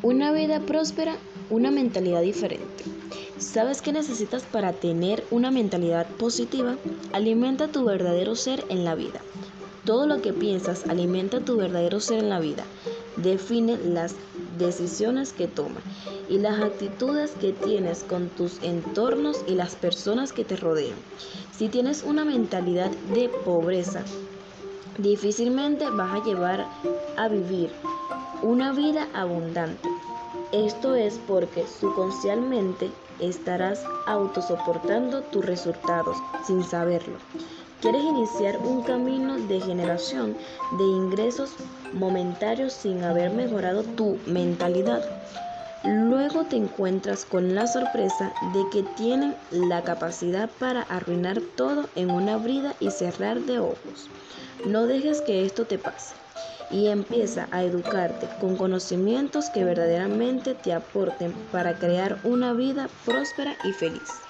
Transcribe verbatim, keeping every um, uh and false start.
Una vida próspera, una mentalidad diferente. ¿Sabes qué necesitas para tener una mentalidad positiva? Alimenta tu verdadero ser en la vida. Todo lo que piensas alimenta tu verdadero ser en la vida. Define las decisiones que tomas y las actitudes que tienes con tus entornos y las personas que te rodean. Si tienes una mentalidad de pobreza, difícilmente vas a llevar a vivir una vida abundante. Esto es porque subconscientemente estarás autosoportando tus resultados sin saberlo. ¿Quieres iniciar un camino de generación de ingresos momentáneos sin haber mejorado tu mentalidad? Luego te encuentras con la sorpresa de que tienen la capacidad para arruinar todo en una abrir y cerrar de ojos. No dejes que esto te pase y empieza a educarte con conocimientos que verdaderamente te aporten para crear una vida próspera y feliz.